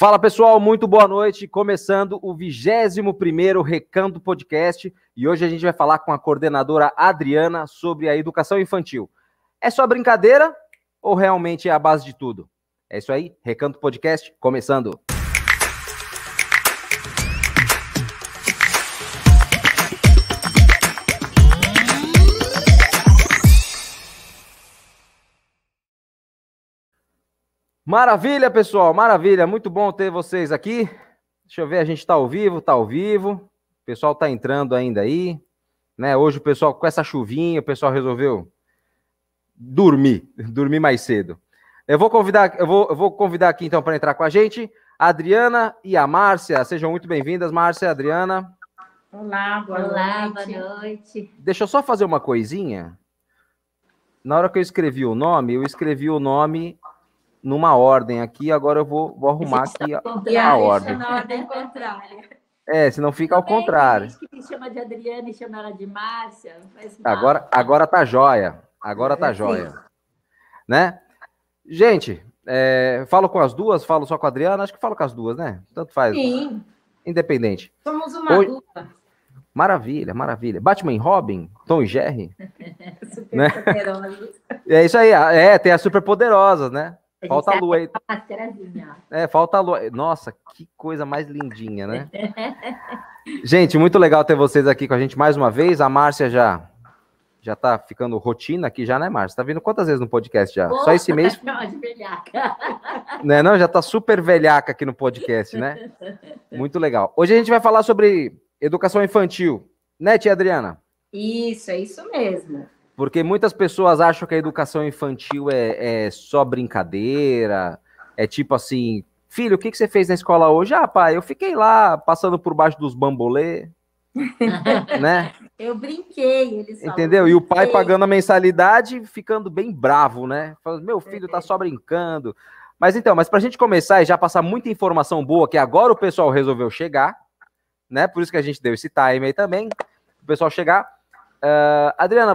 Fala pessoal, muito boa noite, começando o 21º Recanto Podcast e hoje a gente vai falar com a coordenadora Adriana sobre a educação infantil. É só brincadeira ou realmente é a base de tudo? É isso aí, Recanto Podcast, começando! Maravilha, pessoal, maravilha, muito bom ter vocês aqui. Deixa eu ver, a gente tá ao vivo, o pessoal tá entrando ainda aí, né? Hoje o pessoal, com essa chuvinha, o pessoal resolveu dormir mais cedo. Eu vou convidar aqui então para entrar com a gente a Adriana e a Márcia. Sejam muito bem-vindas, Márcia e Adriana. Olá, boa noite. Deixa eu só fazer uma coisinha. Na hora que eu escrevi o nome numa ordem aqui, agora eu vou arrumar aqui a ordem. Na ordem contrária. Senão fica ao contrário. Tem gente que me chama de Adriana e chama ela de Márcia. Agora tá jóia. Agora tá jóia. Né? Gente, falo com as duas, falo só com a Adriana, acho que falo com as duas, né? Tanto faz. Sim. Independente. Somos uma dupla. Maravilha, maravilha. Batman e Robin, Tom e Jerry. Super né? poderosos. É isso aí, tem as super poderosas, né? Falta a lua aí. Falta a lua. Nossa, que coisa mais lindinha, né? Gente, muito legal ter vocês aqui com a gente mais uma vez. A Márcia já tá ficando rotina aqui já, né, Márcia? Tá vindo quantas vezes no podcast já? Só esse mês? Não, de velhaca. Né, não, já tá super velhaca aqui no podcast, né? Muito legal. Hoje a gente vai falar sobre educação infantil, né, tia Adriana? Isso, é isso mesmo. Porque muitas pessoas acham que a educação infantil é só brincadeira, é tipo assim, filho, o que você fez na escola hoje? Ah, pai, eu fiquei lá passando por baixo dos bambolê, né? Eu brinquei, eles falam. Entendeu? E o pai pagando a mensalidade, ficando bem bravo, né? Falando, meu filho tá só brincando. Mas pra gente começar e já passar muita informação boa, que agora o pessoal resolveu chegar, né? Por isso que a gente deu esse time aí também, o pessoal chegar. Adriana,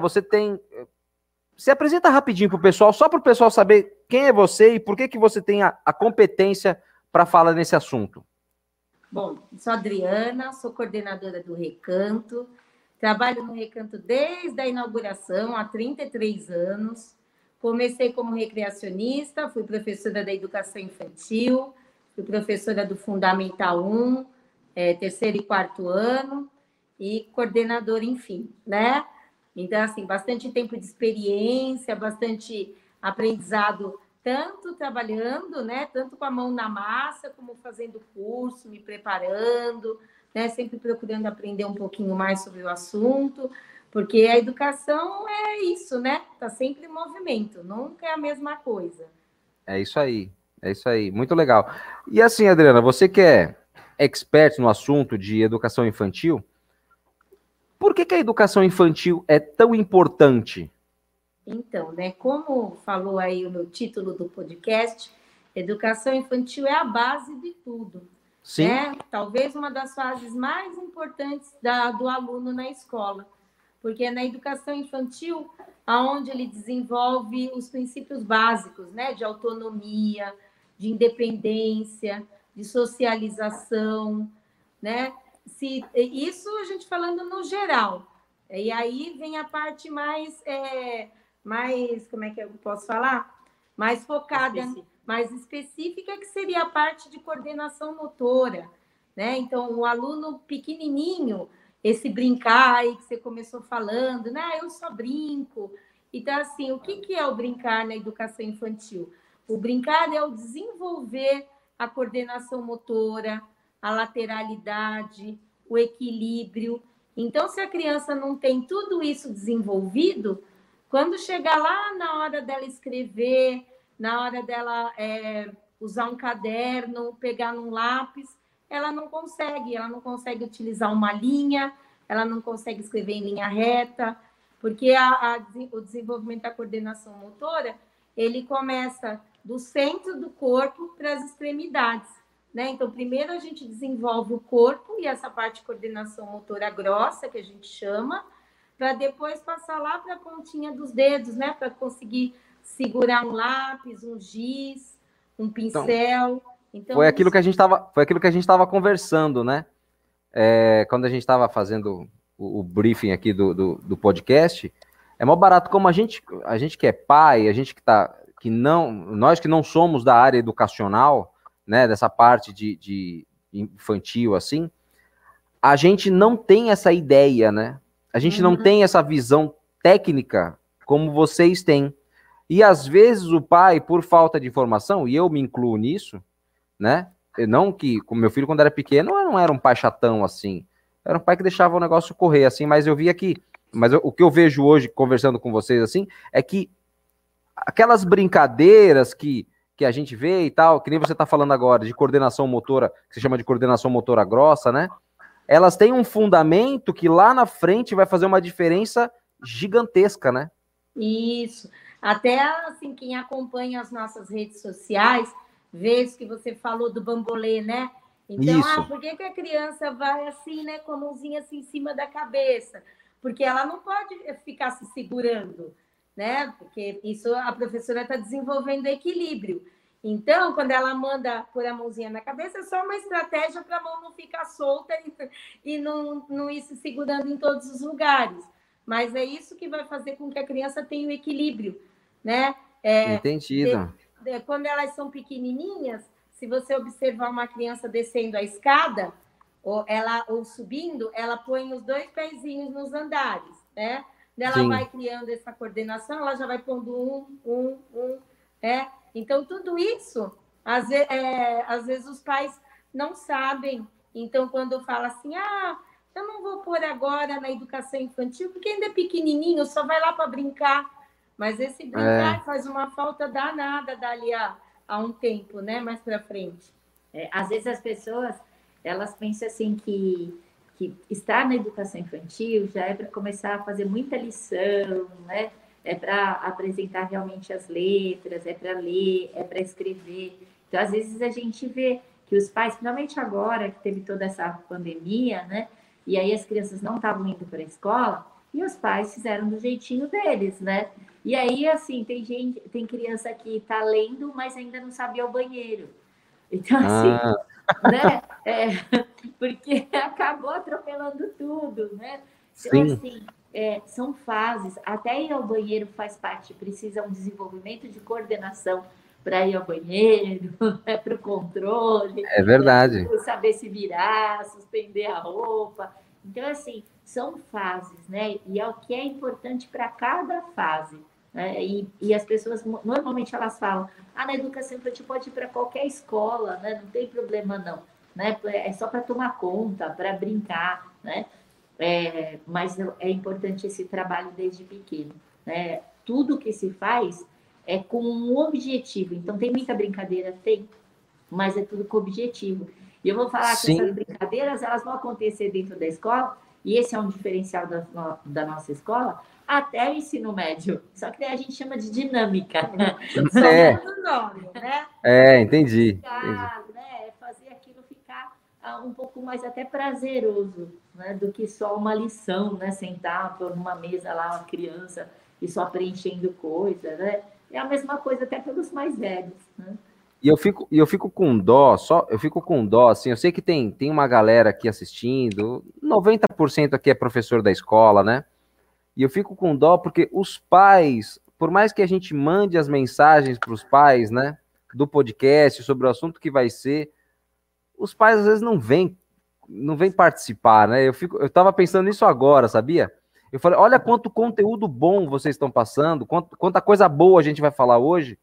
se apresenta rapidinho pro pessoal, só para o pessoal saber quem é você e por que você tem a competência para falar nesse assunto. Bom, sou Adriana, sou coordenadora do Recanto, trabalho no Recanto desde a inauguração, há 33 anos. Comecei como recreacionista, fui professora da educação infantil, fui professora do Fundamental 1, terceiro e quarto ano, e coordenadora, enfim, né? Então, assim, bastante tempo de experiência, bastante aprendizado, tanto trabalhando, né? Tanto com a mão na massa, como fazendo curso, me preparando, né? Sempre procurando aprender um pouquinho mais sobre o assunto, porque a educação é isso, né? Tá sempre em movimento, nunca é a mesma coisa. É isso aí, muito legal. E assim, Adriana, você que é expert no assunto de educação infantil, por que a educação infantil é tão importante? Então, né, como falou aí o meu título do podcast, educação infantil é a base de tudo. Sim. Né? Talvez uma das fases mais importantes do aluno na escola, porque é na educação infantil aonde ele desenvolve os princípios básicos, né, de autonomia, de independência, de socialização, né? Isso a gente falando no geral. E aí vem a parte mais, como é que eu posso falar? Mais focada, mais específica, que seria a parte de coordenação motora, né? Então, o aluno pequenininho, esse brincar aí que você começou falando, né? Eu só brinco. Então, assim, o que é o brincar na educação infantil? O brincar é o desenvolver a coordenação motora, a lateralidade, o equilíbrio. Então, se a criança não tem tudo isso desenvolvido, quando chegar lá na hora dela escrever, na hora dela usar um caderno, pegar num lápis, ela não consegue utilizar uma linha, ela não consegue escrever em linha reta, porque o desenvolvimento da coordenação motora, ele começa do centro do corpo para as extremidades. Né? Então, primeiro a gente desenvolve o corpo e essa parte de coordenação motora grossa, que a gente chama, para depois passar lá para a pontinha dos dedos, né? Para conseguir segurar um lápis, um giz, um pincel. Então, foi aquilo que a gente estava conversando, né? Quando a gente estava fazendo o briefing aqui do podcast, é mó barato como a gente que é pai, a gente nós que não somos da área educacional, né, dessa parte de infantil, assim, a gente não tem essa ideia, né? A gente não tem essa visão técnica como vocês têm. E às vezes o pai, por falta de informação, e eu me incluo nisso, né? Não que, como meu filho, quando era pequeno, eu não era um pai chatão assim. Era um pai que deixava o negócio correr, assim, mas eu via que. O que eu vejo hoje, conversando com vocês, assim, é que aquelas brincadeiras que a gente vê e tal, que nem você está falando agora, de coordenação motora, que se chama de coordenação motora grossa, né? Elas têm um fundamento que lá na frente vai fazer uma diferença gigantesca, né? Isso. Até, assim, quem acompanha as nossas redes sociais, vê isso que você falou do bambolê, né? Então, Isso. por que a criança vai assim, né, com a mãozinha assim em cima da cabeça? Porque ela não pode ficar se segurando, né? Porque isso a professora está desenvolvendo equilíbrio. Então, quando ela manda pôr a mãozinha na cabeça, é só uma estratégia para a mão não ficar solta e não ir se segurando em todos os lugares. Mas é isso que vai fazer com que a criança tenha o equilíbrio, né? Entendido. Quando elas são pequenininhas, se você observar uma criança descendo a escada ou subindo, ela põe os 2 pezinhos nos andares, né? Ela vai criando essa coordenação, ela já vai pondo né? Então, tudo isso, às vezes os pais não sabem. Então, quando fala assim, eu não vou pôr agora na educação infantil, porque ainda é pequenininho, só vai lá para brincar. Mas esse brincar faz uma falta danada dali a um tempo, né? Mais para frente. Às vezes as pessoas, elas pensam assim que estar na educação infantil já é para começar a fazer muita lição, né? É para apresentar realmente as letras, é para ler, é para escrever. Então, às vezes a gente vê que os pais, principalmente agora que teve toda essa pandemia, né? E aí as crianças não estavam indo para a escola e os pais fizeram do jeitinho deles, né? E aí, assim, tem criança que está lendo, mas ainda não sabe ir ao banheiro. Então, assim, né? Porque acabou atropelando tudo, né? Então, assim, são fases. Até ir ao banheiro faz parte, precisa um desenvolvimento de coordenação para ir ao banheiro, para o controle. É verdade. Para saber se virar, suspender a roupa. Então, assim, são fases, né? E é o que é importante para cada fase. Né? E as pessoas, normalmente, elas falam, na educação infantil pode ir para qualquer escola, né? Não tem problema, não. Né? É só para tomar conta, para brincar, né? Mas é importante esse trabalho desde pequeno. Né? Tudo que se faz é com um objetivo. Então, tem muita brincadeira? Tem, mas é tudo com objetivo. E eu vou falar que essas brincadeiras, elas vão acontecer dentro da escola, e esse é um diferencial da nossa escola, até o ensino médio. Só que daí a gente chama de dinâmica. Nome, né? Entendi. Né? Fazer aquilo ficar um pouco mais até prazeroso, né? Do que só uma lição, né? Sentar por uma mesa lá, uma criança, e só preenchendo coisa, né? É a mesma coisa até pelos mais velhos, né? E eu fico com dó, assim, eu sei que tem uma galera aqui assistindo, 90% aqui é professor da escola, né? E eu fico com dó porque os pais, por mais que a gente mande as mensagens para os pais, né, do podcast sobre o assunto que vai ser, os pais às vezes não vêm participar, né? Eu tava pensando nisso agora, sabia? Eu falei, olha quanto conteúdo bom vocês estão passando, quanta coisa boa a gente vai falar hoje.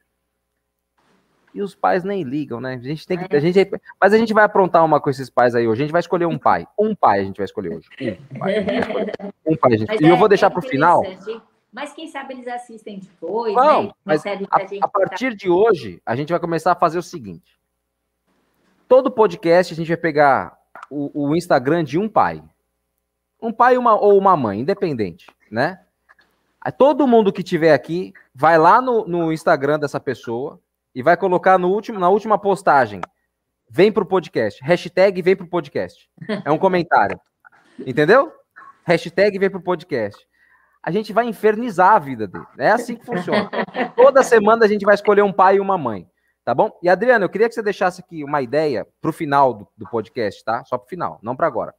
E os pais nem ligam, né? Mas a gente vai aprontar uma com esses pais aí hoje. A gente vai escolher um pai. Um pai a gente vai escolher hoje. Um pai, gente. E eu vou deixar para o final. Mas quem sabe eles assistem depois, não, né? Mas a partir de hoje, a gente vai começar a fazer o seguinte. Todo podcast a gente vai pegar o Instagram de um pai. Um pai ou uma mãe, independente, né? Aí todo mundo que tiver aqui vai lá no Instagram dessa pessoa e vai colocar na última postagem, vem pro podcast, hashtag vem pro podcast. É um comentário, entendeu? Hashtag vem pro podcast. A gente vai infernizar a vida dele. É assim que funciona. Toda semana a gente vai escolher um pai e uma mãe. Tá bom? E, Adriano, eu queria que você deixasse aqui uma ideia para o final do podcast, tá? Só para o final, não para agora.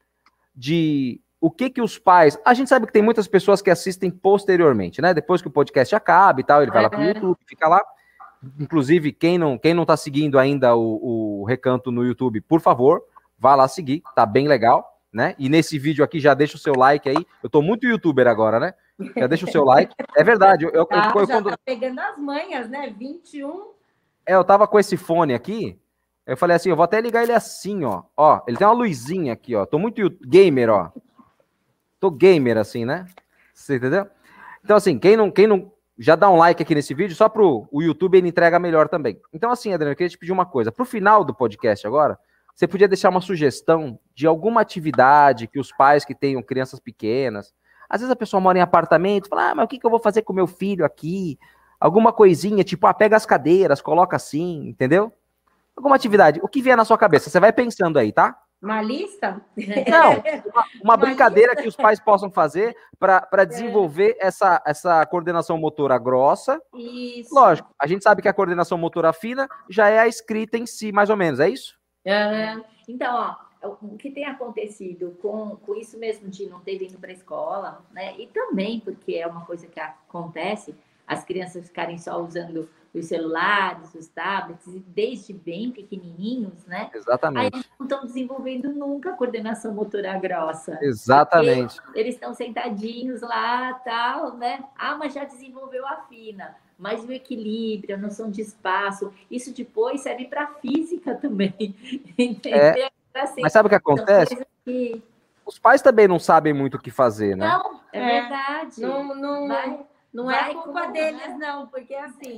De o que os pais... A gente sabe que tem muitas pessoas que assistem posteriormente, né? Depois que o podcast acaba e tal, ele vai lá para o YouTube, fica lá. Inclusive, quem não tá seguindo ainda o Recanto no YouTube, por favor, vá lá seguir, tá bem legal, né? E nesse vídeo aqui, já deixa o seu like aí. Eu tô muito youtuber agora, né? Já deixa o seu like. É verdade. Eu já tá pegando as manhas, né? 21. Eu tava com esse fone aqui, eu falei assim, eu vou até ligar ele assim, ó. Ó, ele tem uma luzinha aqui, ó. Tô muito gamer, ó. Tô gamer assim, né? Você entendeu? Então, assim, quem não já dá um like aqui nesse vídeo, só pro o YouTube ele entrega melhor também. Então, assim, Adriano, eu queria te pedir uma coisa. Pro final do podcast agora, você podia deixar uma sugestão de alguma atividade que os pais que tenham crianças pequenas, às vezes a pessoa mora em apartamento, fala, mas o que eu vou fazer com meu filho aqui? Alguma coisinha, tipo, pega as cadeiras, coloca assim, entendeu? Alguma atividade. O que vier na sua cabeça? Você vai pensando aí, tá? Uma lista? Não, uma brincadeira lista? Que os pais possam fazer para desenvolver essa coordenação motora grossa. Isso. Lógico, a gente sabe que a coordenação motora fina já é a escrita em si, mais ou menos, é isso? Então, ó, o que tem acontecido com isso mesmo de não ter vindo para a escola, né? E também porque é uma coisa que acontece, as crianças ficarem só usando os celulares, os tablets, desde bem pequenininhos, né? Exatamente. Aí eles não estão desenvolvendo nunca a coordenação motora grossa. Exatamente. Eles estão sentadinhos lá, tal, né? Mas já desenvolveu a fina. Mas o equilíbrio, a noção de espaço, isso depois serve para física também. Entendeu? Mas sabe o que acontece? Os pais também não sabem muito o que fazer, né? Não, é verdade. Não é culpa deles, não, porque assim,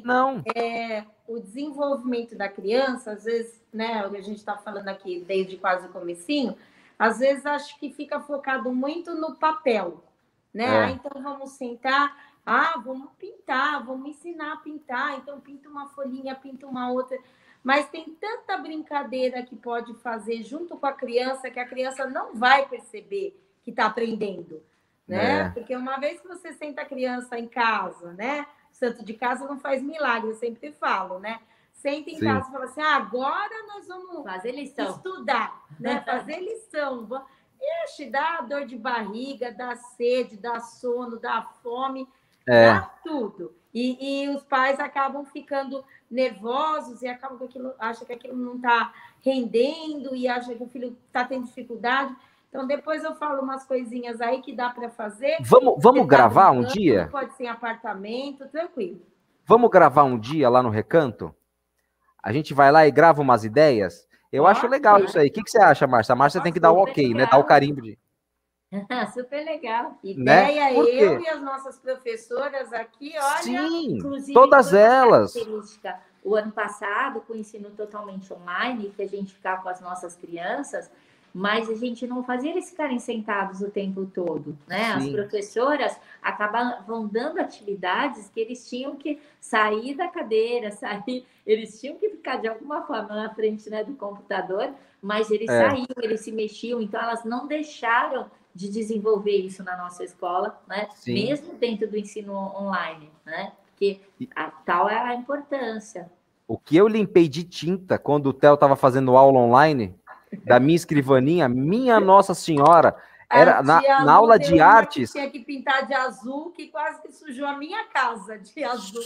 o desenvolvimento da criança, às vezes, né, o que a gente está falando aqui desde quase o comecinho, às vezes acho que fica focado muito no papel, né? Então vamos sentar, vamos pintar, vamos ensinar a pintar, então pinta uma folhinha, pinta uma outra, mas tem tanta brincadeira que pode fazer junto com a criança que a criança não vai perceber que está aprendendo. Né? Porque uma vez que você senta a criança em casa, né? Santo de casa não faz milagre, eu sempre falo, né? Senta em casa e fala assim, agora nós vamos fazer lição, estudar, né? Fazer lição. Ixi, dá dor de barriga, dá sede, dá sono, dá fome, dá tudo. E os pais acabam ficando nervosos e acabam acham que aquilo não está rendendo e acham que o filho está tendo dificuldade. Então, depois eu falo umas coisinhas aí que dá para fazer. Vamos gravar um dia? Pode ser em apartamento, tranquilo. Vamos gravar um dia lá no Recanto? A gente vai lá e grava umas ideias? Eu acho legal isso aí. O que você acha, Márcia? A Márcia tem que dar o ok, legal, né? Dar o carimbo de... Super legal. Ideia, né? Eu e as nossas professoras aqui, olha... Sim, todas elas. O ano passado, com o ensino totalmente online, que a gente ficava com as nossas crianças... Mas a gente não fazia eles ficarem sentados o tempo todo, né? Sim. As professoras acabavam dando atividades que eles tinham que sair da cadeira, eles tinham que ficar de alguma forma na frente, né, do computador, mas eles saíam, eles se mexiam, então elas não deixaram de desenvolver isso na nossa escola, né? Sim. Mesmo dentro do ensino online, né? Porque tal é a importância. O que eu limpei de tinta quando o Theo estava fazendo aula online... da minha escrivaninha, minha Nossa Senhora, era na aula de artes. Tinha que pintar de azul, que quase que sujou a minha casa de azul.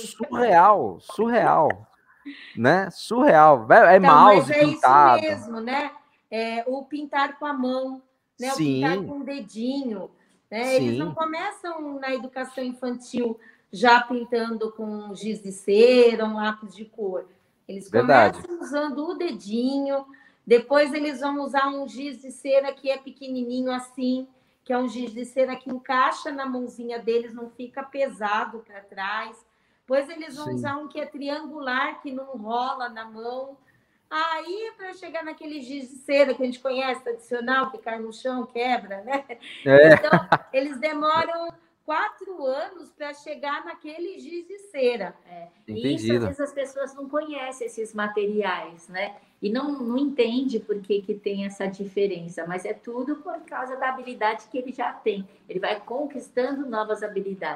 Surreal, né? Surreal. É então, mouse pintado. Isso mesmo, né? O pintar com a mão, né? O pintar com o dedinho, né? Eles não começam na educação infantil já pintando com giz de cera, um lápis de cor. Eles começam usando o dedinho. Depois eles vão usar um giz de cera que é pequenininho assim, que é um giz de cera que encaixa na mãozinha deles, não fica pesado para trás. Depois eles vão usar um que é triangular, que não rola na mão. Aí, para chegar naquele giz de cera que a gente conhece, tradicional, que cai no chão, quebra, né? Então, eles demoram 4 anos para chegar naquele giz de cera. E isso, às vezes, as pessoas não conhecem esses materiais, né? E não entende por que tem essa diferença, mas é tudo por causa da habilidade que ele já tem. Ele vai conquistando novas habilidades.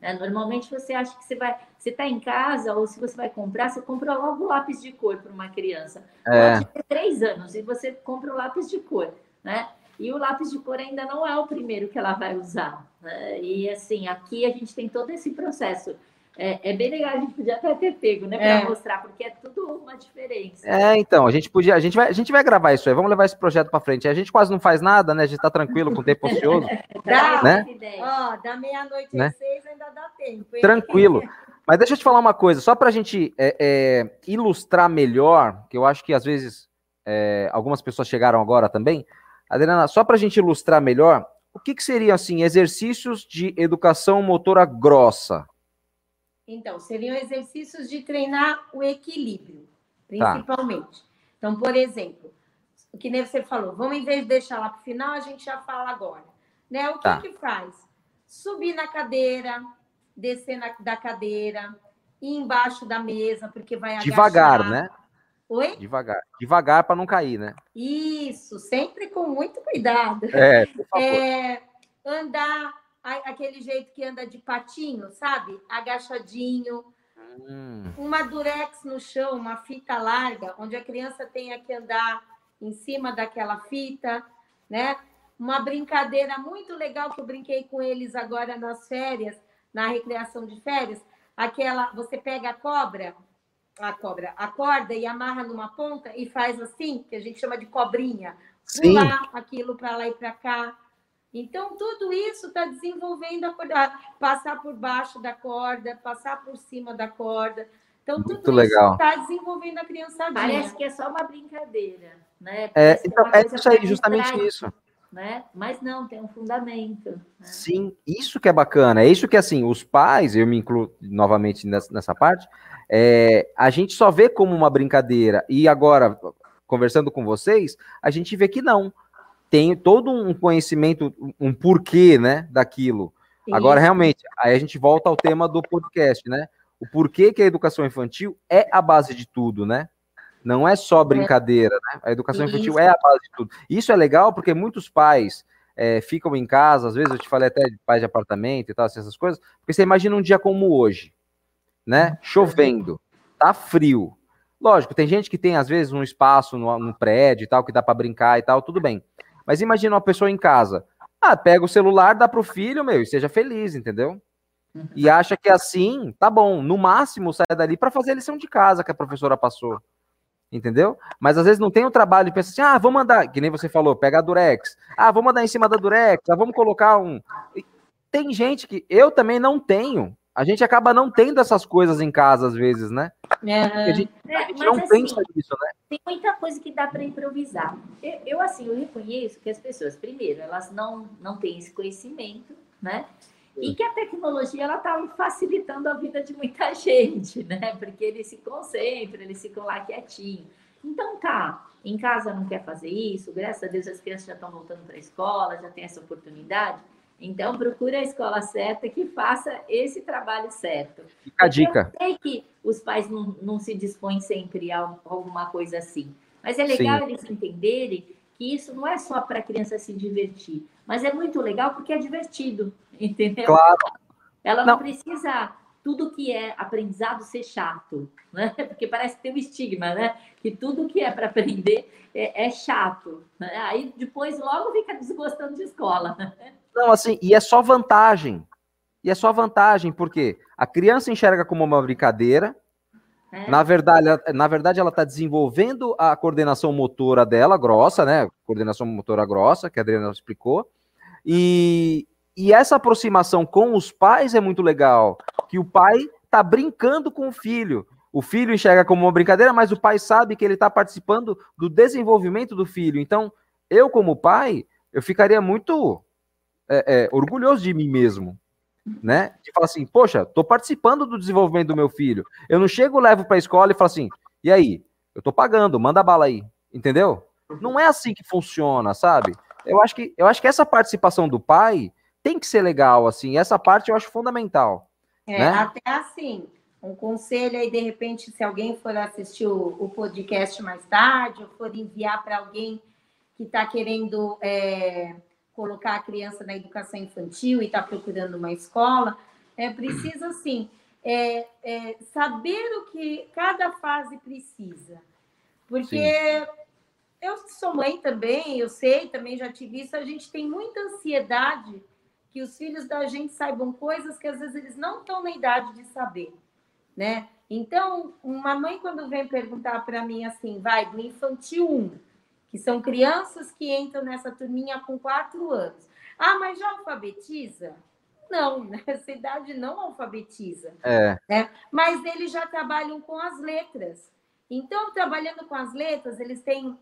né? Normalmente você acha que você está em casa, ou se você vai comprar, você compra logo lápis de cor para uma criança. Pode ter 3 anos e você compra o lápis de cor, né? E o lápis de cor ainda não é o primeiro que ela vai usar, né? E assim, aqui a gente tem todo esse processo. É bem legal, a gente podia até ter pego, né, para mostrar, porque é tudo uma diferença. Então, a gente vai gravar isso aí, vamos levar esse projeto para frente. A gente quase não faz nada, né? A gente tá tranquilo, com o tempo ocioso. Né? Da meia-noite às 6 ainda dá tempo. Hein? Tranquilo. Mas deixa eu te falar uma coisa, só para a gente ilustrar melhor, que eu acho que às vezes algumas pessoas chegaram agora também. Adriana, só para a gente ilustrar melhor, o que seriam, assim, exercícios de educação motora grossa? Então, seriam exercícios de treinar o equilíbrio, principalmente. Tá. Então, por exemplo, o que nem você falou, vamos, em vez de deixar lá para o final, a gente já fala agora. Né? O que faz? Subir na cadeira, descer da cadeira, ir embaixo da mesa, porque vai agachar. Devagar, né? Oi? Devagar para não cair, né? Isso, sempre com muito cuidado. Por favor. Andar aquele jeito que anda de patinho, sabe? Agachadinho. Uma durex no chão, uma fita larga, onde a criança tenha que andar em cima daquela fita, né? Uma brincadeira muito legal que eu brinquei com eles agora nas férias, na recreação de férias, você pega a corda e amarra numa ponta e faz assim, que a gente chama de cobrinha. Pular aquilo para lá e para cá. Então, tudo isso está desenvolvendo a corda, passar por baixo da corda, passar por cima da corda. Então, muito tudo legal. isso está desenvolvendo a criançadinha. Parece que é só uma brincadeira, né? Então, isso aí, justamente isso. Né? Mas não, tem um fundamento. Né? Sim, isso que é bacana. É isso que, assim, os pais, eu me incluo novamente nessa parte, a gente só vê como uma brincadeira. E agora, conversando com vocês, a gente vê que não. Tem todo um conhecimento, um porquê, né, daquilo. Isso. Agora, realmente, aí a gente volta ao tema do podcast, né? O porquê que a educação infantil é a base de tudo, né? Não é só brincadeira, né? A educação infantil é a base de tudo. Isso é legal porque muitos pais ficam em casa, às vezes eu te falei até de pais de apartamento e tal, essas coisas, porque você imagina um dia como hoje, né? Chovendo, tá frio. Lógico, tem gente que tem, às vezes, um espaço no prédio e tal, que dá para brincar e tal, tudo bem. Mas imagina uma pessoa em casa. Pega o celular, dá pro filho, e seja feliz, entendeu? E acha que assim, tá bom. No máximo, sai dali para fazer a lição de casa que a professora passou. Entendeu? Mas às vezes não tem o trabalho e pensa assim, vamos andar, que nem você falou, pega a durex. Vamos andar em cima da durex, vamos colocar um... Tem gente que eu também não tenho. A gente acaba não tendo essas coisas em casa, às vezes, né? A gente não pensa nisso, né? Tem muita coisa que dá para improvisar. Eu reconheço que as pessoas, primeiro, elas não têm esse conhecimento, né? E que a tecnologia, ela está facilitando a vida de muita gente, né? Porque eles se concentram, eles ficam lá quietinhos. Então, em casa não quer fazer isso, graças a Deus as crianças já estão voltando para a escola, já tem essa oportunidade. Então, procura a escola certa que faça esse trabalho certo. Fica a dica. Eu sei que os pais não se dispõem sempre a alguma coisa assim, mas é legal eles entenderem que isso não é só para a criança se divertir, mas é muito legal porque é divertido, entendeu? Claro. Ela não precisa tudo que é aprendizado ser chato, né? Porque parece que tem um estigma, né? Que tudo que é para aprender é chato. Né? Aí depois logo fica desgostando de escola. Não, assim, e é só vantagem. Porque a criança enxerga como uma brincadeira. Na verdade, ela está desenvolvendo a coordenação motora dela, grossa, né? Coordenação motora grossa, que a Adriana explicou. E essa aproximação com os pais é muito legal. Que o pai está brincando com o filho. O filho enxerga como uma brincadeira, mas o pai sabe que ele está participando do desenvolvimento do filho. Então, eu, como pai, eu ficaria muito orgulhoso de mim mesmo. Né? De falar assim, poxa, tô participando do desenvolvimento do meu filho. Eu não chego, levo para a escola e falo assim, e aí? Eu tô pagando, manda bala aí, entendeu? Não é assim que funciona, sabe? Eu acho que essa participação do pai tem que ser legal, assim. Essa parte eu acho fundamental. Né? Até assim, um conselho aí, de repente, se alguém for assistir o podcast mais tarde, ou for enviar para alguém que está querendo colocar a criança na educação infantil e está procurando uma escola, É preciso, assim, saber o que cada fase precisa. Porque Sim. eu sou mãe também, eu sei, também já tive isso, a gente tem muita ansiedade que os filhos da gente saibam coisas que às vezes eles não estão na idade de saber, né? Então, uma mãe quando vem perguntar para mim assim, vai, do infantil 1, que são crianças que entram nessa turminha com 4 anos. Ah, mas já alfabetiza? Não, nessa idade não alfabetiza. É, Né? Mas eles já trabalham com as letras. Então, trabalhando com as letras, eles têm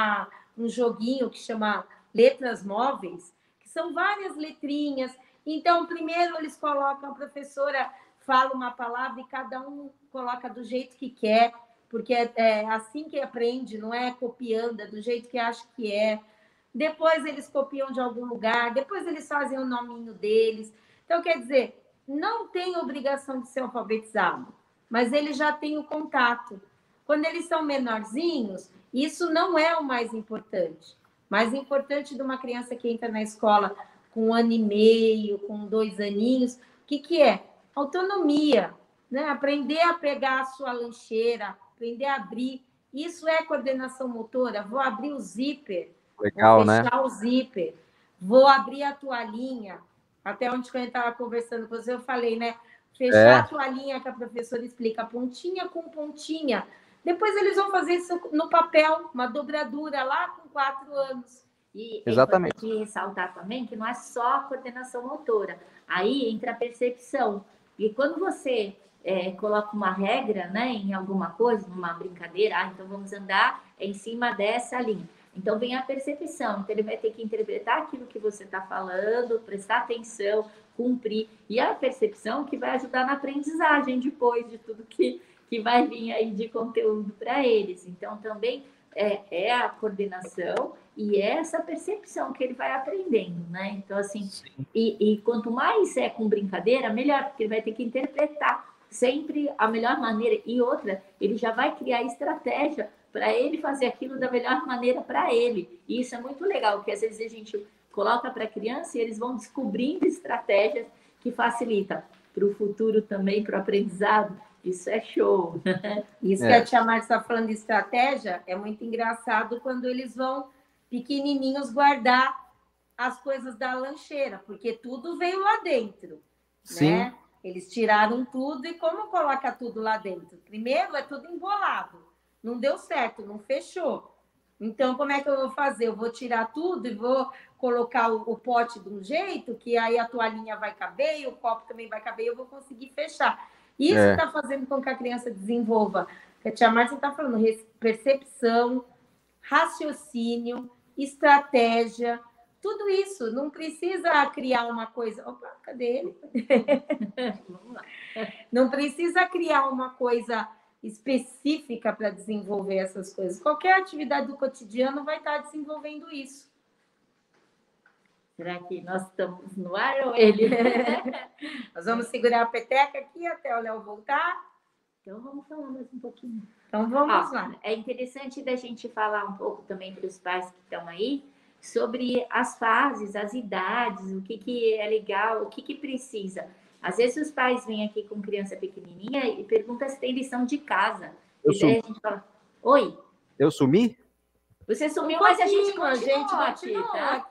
um joguinho que chama Letras Móveis, que são várias letrinhas. Então, primeiro eles colocam, a professora fala uma palavra e cada um coloca do jeito que quer, porque é assim que aprende, não é copiando, é do jeito que acha que é. Depois eles copiam de algum lugar, depois eles fazem o nominho deles. Então, quer dizer, não tem obrigação de ser alfabetizado, mas ele já tem o contato. Quando eles são menorzinhos, isso não é o mais importante. Mais importante de uma criança que entra na escola com 1 ano e meio, com 2 aninhos, o que é? Autonomia, né? Aprender a pegar a sua lancheira, aprender a abrir. Isso é coordenação motora. Vou abrir o zíper, vou legal, né? fechar o zíper, vou abrir a toalhinha. Até onde eu estava conversando com você, eu falei, né? Fechar a É, toalhinha que a professora explica, pontinha com pontinha. Depois eles vão fazer isso no papel, uma dobradura lá com 4 anos. E é exatamente. importante ressaltar também que não é só a coordenação motora, aí entra a percepção. E quando você coloca uma regra, né, em alguma coisa, numa brincadeira, então vamos andar em cima dessa linha. Então vem a percepção, então ele vai ter que interpretar aquilo que você está falando, prestar atenção, cumprir. E a percepção que vai ajudar na aprendizagem depois de tudo que vai vir aí de conteúdo para eles. Então também é a coordenação e é essa percepção que ele vai aprendendo, né? Então, assim, e quanto mais é com brincadeira, melhor, porque ele vai ter que interpretar sempre a melhor maneira. E outra, ele já vai criar estratégia para ele fazer aquilo da melhor maneira para ele. E isso é muito legal, porque às vezes a gente coloca para a criança e eles vão descobrindo estratégias que facilitam para o futuro também, para o aprendizado. Isso é show. Isso que a tia Márcia está falando de estratégia é muito engraçado quando eles vão pequenininhos guardar as coisas da lancheira, porque tudo veio lá dentro, Sim. né? Eles tiraram tudo e como coloca tudo lá dentro? Primeiro é tudo embolado, não deu certo, não fechou. Então, como é que eu vou fazer? Eu vou tirar tudo e vou colocar o pote de um jeito que aí a toalhinha vai caber e o copo também vai caber e eu vou conseguir fechar. Isso está fazendo com que a criança desenvolva, que a tia Márcia está falando, percepção, raciocínio, estratégia, tudo isso. Não precisa criar uma coisa... Opa, cadê ele? Vamos lá. Não precisa criar uma coisa específica para desenvolver essas coisas. Qualquer atividade do cotidiano vai estar desenvolvendo isso. Será que nós estamos no ar ou ele? Nós vamos segurar a peteca aqui até o Léo voltar. Então, vamos falar mais um pouquinho. Então, vamos lá. É interessante da gente falar um pouco também para os pais que estão aí sobre as fases, as idades, o que é legal, o que precisa. Às vezes os pais vêm aqui com criança pequenininha e perguntam se tem lição de casa. E daí a gente fala, oi? Eu sumi? Você sumiu, mas a gente continua aqui, tá?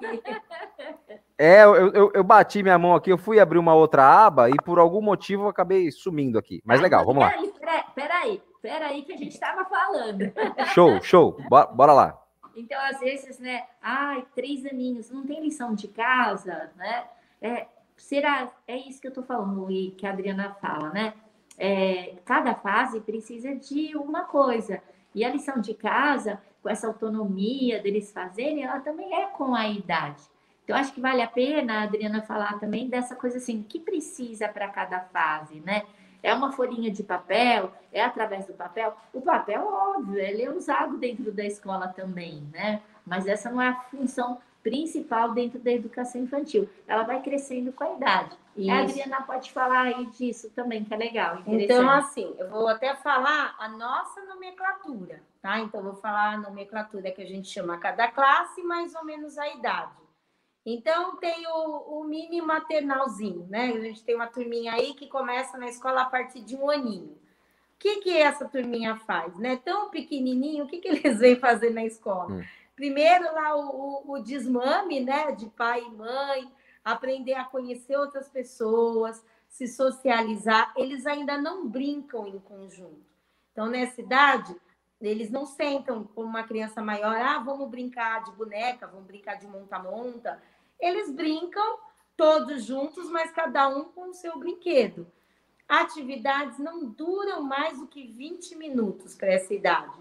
Eu bati minha mão aqui, eu fui abrir uma outra aba e por algum motivo eu acabei sumindo aqui. Mas legal, vamos lá. Peraí que a gente estava falando. Show, bora lá. Então, às vezes, né? 3 aninhos, não tem lição de casa, né? É isso que eu tô falando e que a Adriana fala, né? Cada fase precisa de uma coisa. E a lição de casa, com essa autonomia deles fazerem, ela também é com a idade. Então, acho que vale a pena a Adriana falar também dessa coisa assim, o que precisa para cada fase, né? É uma folhinha de papel? É através do papel? O papel, óbvio, ele é usado dentro da escola também, né? Mas essa não é a função principal dentro da educação infantil. Ela vai crescendo com a idade. Isso. A Adriana pode falar aí disso também, que é legal, interessante. Então, assim, eu vou até falar a nossa nomenclatura, tá? Então, eu vou falar a nomenclatura que a gente chama cada classe, mais ou menos a idade. Então, tem o mini maternalzinho, né? A gente tem uma turminha aí que começa na escola a partir de 1 aninho. O que essa turminha faz, né? Tão pequenininho, o que eles vêm fazer na escola? Primeiro, lá o desmame, né? De pai e mãe, aprender a conhecer outras pessoas, se socializar. Eles ainda não brincam em conjunto. Então, nessa idade, eles não sentam como uma criança maior, vamos brincar de boneca, vamos brincar de monta-monta. Eles brincam todos juntos, mas cada um com o seu brinquedo. Atividades não duram mais do que 20 minutos para essa idade.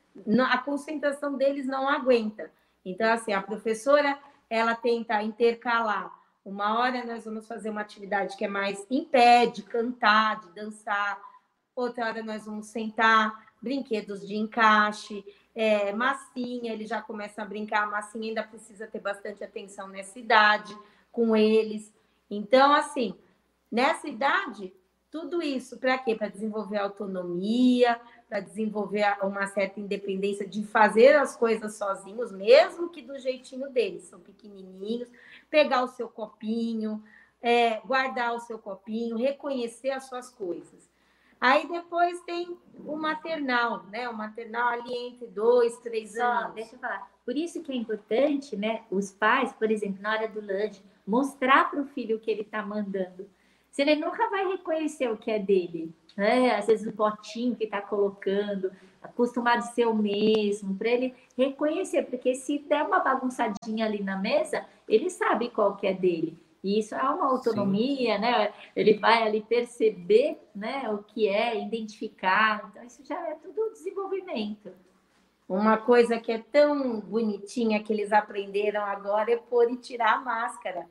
A concentração deles não aguenta. Então, assim, a professora, ela tenta intercalar. Uma hora nós vamos fazer uma atividade que é mais em pé, de cantar, de dançar. Outra hora nós vamos sentar, brinquedos de encaixe, massinha, ele já começa a brincar, a massinha ainda precisa ter bastante atenção nessa idade, com eles. Então, assim, nessa idade, tudo isso para quê? Para desenvolver autonomia, para desenvolver uma certa independência de fazer as coisas sozinhos, mesmo que do jeitinho deles, são pequenininhos, pegar o seu copinho, guardar o seu copinho, reconhecer as suas coisas. Aí depois tem o maternal, né? O maternal ali entre 2, 3 anos. Deixa eu falar. Por isso que é importante, né? Os pais, por exemplo, na hora do lanche, mostrar para o filho o que ele está mandando. Se ele nunca vai reconhecer o que é dele, né? Às vezes o potinho que está colocando, acostumado a ser o mesmo, para ele reconhecer, porque se der uma bagunçadinha ali na mesa, ele sabe qual que é dele. E isso é uma autonomia, sim, né? Ele vai ali perceber, né, o que é, identificar. Então, isso já é tudo desenvolvimento. Uma coisa que é tão bonitinha que eles aprenderam agora é pôr e tirar a máscara.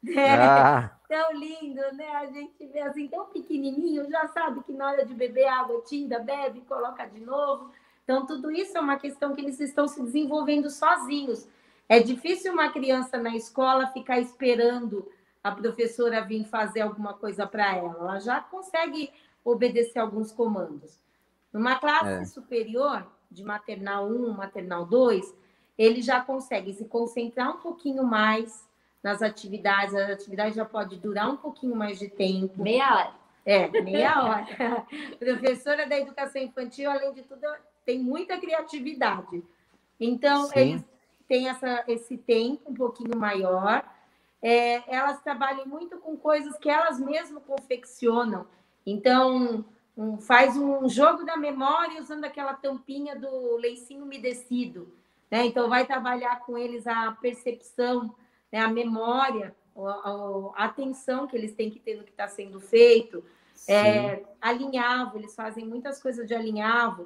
Tão lindo, né? A gente vê assim, tão pequenininho, já sabe que na hora de beber água, tira, bebe, coloca de novo. Então, tudo isso é uma questão que eles estão se desenvolvendo sozinhos. É difícil uma criança na escola ficar esperando a professora vir fazer alguma coisa para ela. Ela já consegue obedecer alguns comandos. Numa classe superior, de maternal 1, maternal 2, ele já consegue se concentrar um pouquinho mais nas atividades. A atividade já pode durar um pouquinho mais de tempo. Meia hora. Meia hora. Professora da educação infantil, além de tudo, tem muita criatividade. Então, sim, eles têm esse tempo um pouquinho maior. Elas trabalham muito com coisas que elas mesmas confeccionam. Então, faz um jogo da memória usando aquela tampinha do lencinho umedecido, né? Então, vai trabalhar com eles a percepção, né? A memória, a atenção que eles têm que ter no que está sendo feito. Alinhavo, eles fazem muitas coisas de alinhavo,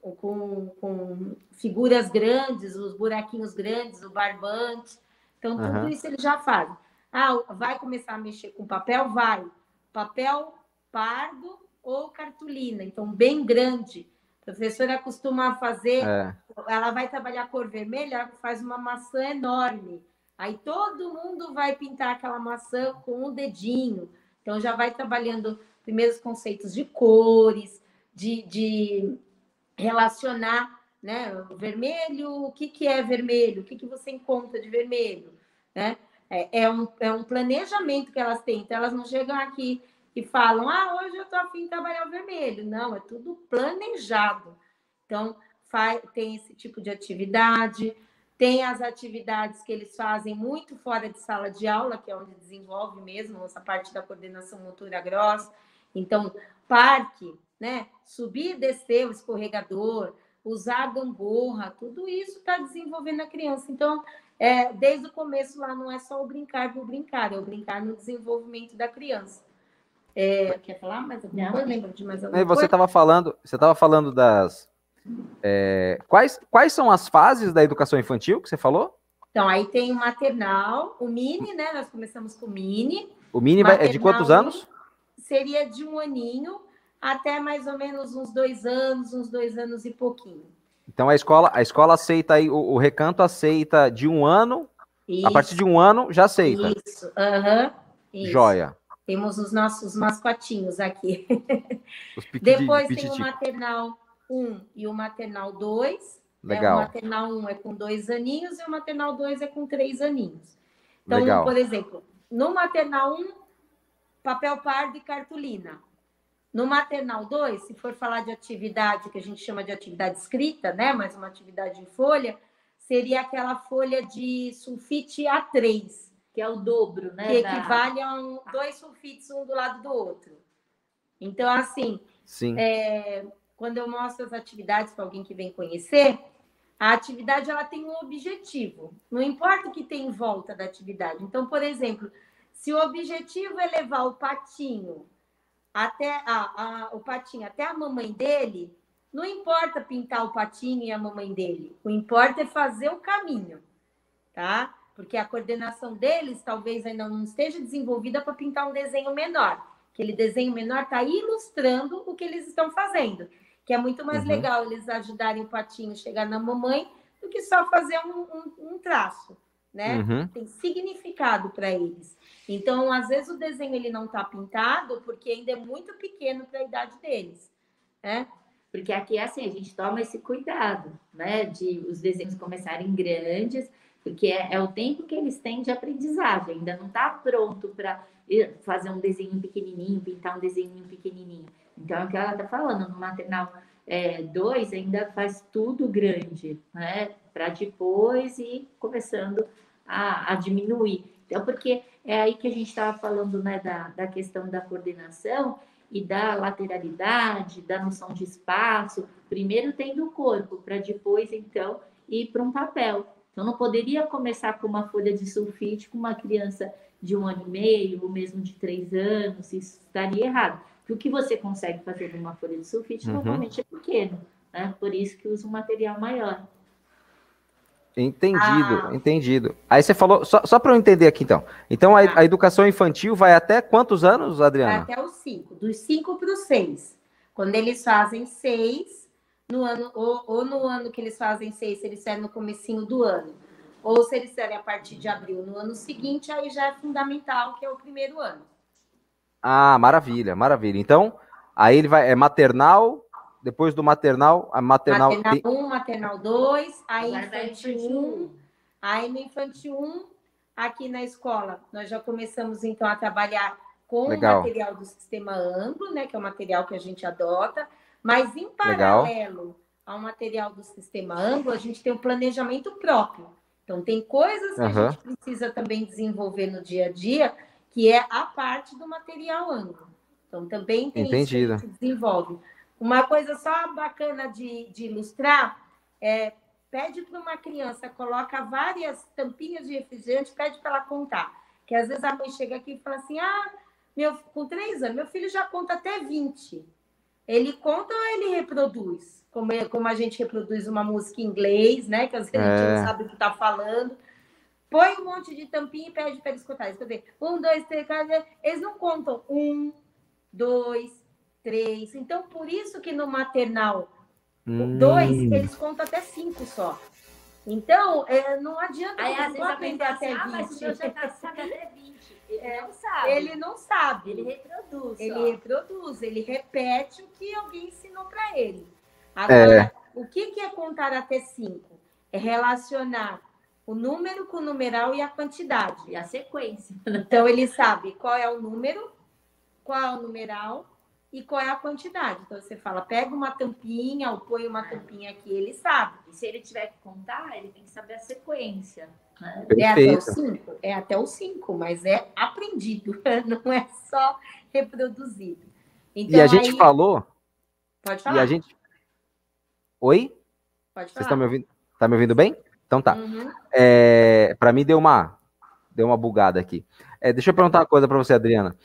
com figuras grandes, os buraquinhos grandes, o barbante. Então, tudo isso eles já fazem. Vai começar a mexer com papel? Vai. Papel pardo ou cartolina, então bem grande. A professora costuma fazer, ela vai trabalhar cor vermelha, ela faz uma maçã enorme. Aí todo mundo vai pintar aquela maçã com o dedinho. Então já vai trabalhando primeiros conceitos de cores, de relacionar, né? Vermelho, o que é vermelho? O que você encontra de vermelho? Né? É um planejamento que elas têm. Então, elas não chegam aqui e falam, hoje eu estou a fim de trabalhar o vermelho. Não, é tudo planejado. Então, tem esse tipo de atividade, tem as atividades que eles fazem muito fora de sala de aula, que é onde desenvolve mesmo essa parte da coordenação motora grossa. Então, parque, né? Subir e descer o escorregador, usar a gangorra, tudo isso está desenvolvendo a criança. Então, desde o começo lá não é só o brincar por brincar, é o brincar no desenvolvimento da criança. Quer falar mais alguma coisa? Lembra de mais alguma coisa? Você estava falando das... quais são as fases da educação infantil que você falou? Então, aí tem o maternal, o mini, né? Nós começamos com o mini. O mini é de quantos anos? Seria de 1 aninho até mais ou menos uns 2 anos e pouquinho. Então, a escola aceita aí, o Recanto aceita de 1 ano, isso. A partir de 1 ano já aceita. Isso, isso. Joia. Temos os nossos mascotinhos aqui. Depois tem o maternal 1 e o maternal 2. Legal. O maternal 1 é com 2 aninhos e o maternal 2 é com 3 aninhos. Então, Legal. por exemplo, no maternal 1, papel pardo e cartolina. No maternal 2, se for falar de atividade, que a gente chama de atividade escrita, né? Mas uma atividade em folha, seria aquela folha de sulfite A3. Que é o dobro, né? Que equivale a 2 sulfites um do lado do outro. Então, assim, Sim. Quando eu mostro as atividades para alguém que vem conhecer, a atividade ela tem um objetivo. Não importa o que tem em volta da atividade. Então, por exemplo, se o objetivo é levar o patinho até o patinho até a mamãe dele, não importa pintar o patinho e a mamãe dele. O importa é fazer o caminho, tá? Porque a coordenação deles talvez ainda não esteja desenvolvida para pintar um desenho menor. Aquele desenho menor está ilustrando o que eles estão fazendo, que é muito mais legal eles ajudarem o patinho a chegar na mamãe do que só fazer um traço, né? Tem significado para eles. Então, às vezes, o desenho ele não está pintado porque ainda é muito pequeno para a idade deles, né? Porque aqui, assim, a gente toma esse cuidado, né? De os desenhos começarem grandes, porque é o tempo que eles têm de aprendizagem. Ainda não está pronto para fazer um desenho pequenininho, pintar um desenho pequenininho. Então, é o que ela está falando. No maternal 2, ainda faz tudo grande, né? Para depois ir começando a diminuir. Então, porque é aí que a gente estava falando, né? Da questão da coordenação e da lateralidade, da noção de espaço. Primeiro tem do corpo, para depois, então, ir para um papel. Então, não poderia começar com uma folha de sulfite com uma criança de 1 ano e meio, ou mesmo de 3 anos, isso estaria errado. Porque o que você consegue fazer numa folha de sulfite normalmente é pequeno, né? Por isso que usa um material maior. Entendido. Aí você falou, só para eu entender aqui então. Então a educação infantil vai até quantos anos, Adriana? Vai até os 5, dos 5 para os 6. Quando eles fazem 6, no ano, ou no ano que eles fazem 6, se eles serem no comecinho do ano, ou se eles serem a partir de abril no ano seguinte, aí já é fundamental, que é o primeiro ano. Ah, maravilha. Então, aí ele vai, maternal, depois do maternal, maternal 1, maternal 2, aí infantil 1, aí no infantil 1, aqui na escola, nós já começamos então a trabalhar com o material do sistema Anglo, né, que é o material que a gente adota, mas em paralelo ao material do sistema Anglo, a gente tem um planejamento próprio. Então, tem coisas que a gente precisa também desenvolver no dia a dia, que é a parte do material Anglo. Então, também tem isso que a gente desenvolve. Uma coisa só bacana de ilustrar pede para uma criança, coloca várias tampinhas de refrigerante, pede para ela contar. Que às vezes a mãe chega aqui e fala assim, com 3 anos, meu filho já conta até 20. Ele conta ou ele reproduz? Como a gente reproduz uma música em inglês, né? Que às vezes a gente não sabe o que está falando. Põe um monte de tampinha e pede para eles contarem. Quer dizer, 1, 2, 3, 4... Eles não contam 1, 2, 3. Então, por isso que no maternal 2, eles contam até 5 só. Então, não adianta você aprender até 20. Mas o meu já sabe até 20. Ele não sabe. Ele não sabe. Ele reproduz. Ele repete o que alguém ensinou para ele. Agora, o que é contar até 5? É relacionar o número com o numeral e a quantidade. E a sequência. Então, ele sabe qual é o número, qual é o numeral e qual é a quantidade. Então, você fala, pega uma tampinha ou põe uma tampinha aqui, ele sabe. E se ele tiver que contar, ele tem que saber a sequência. Né? É até o 5? É até o 5, mas é aprendido, não é só reproduzido. Então, e a gente falou... Pode falar. E a gente... Oi? Pode falar. Vocês estão me ouvindo? Tá me ouvindo bem? Então tá. Para mim deu uma bugada aqui. Deixa eu perguntar uma coisa para você, Adriana.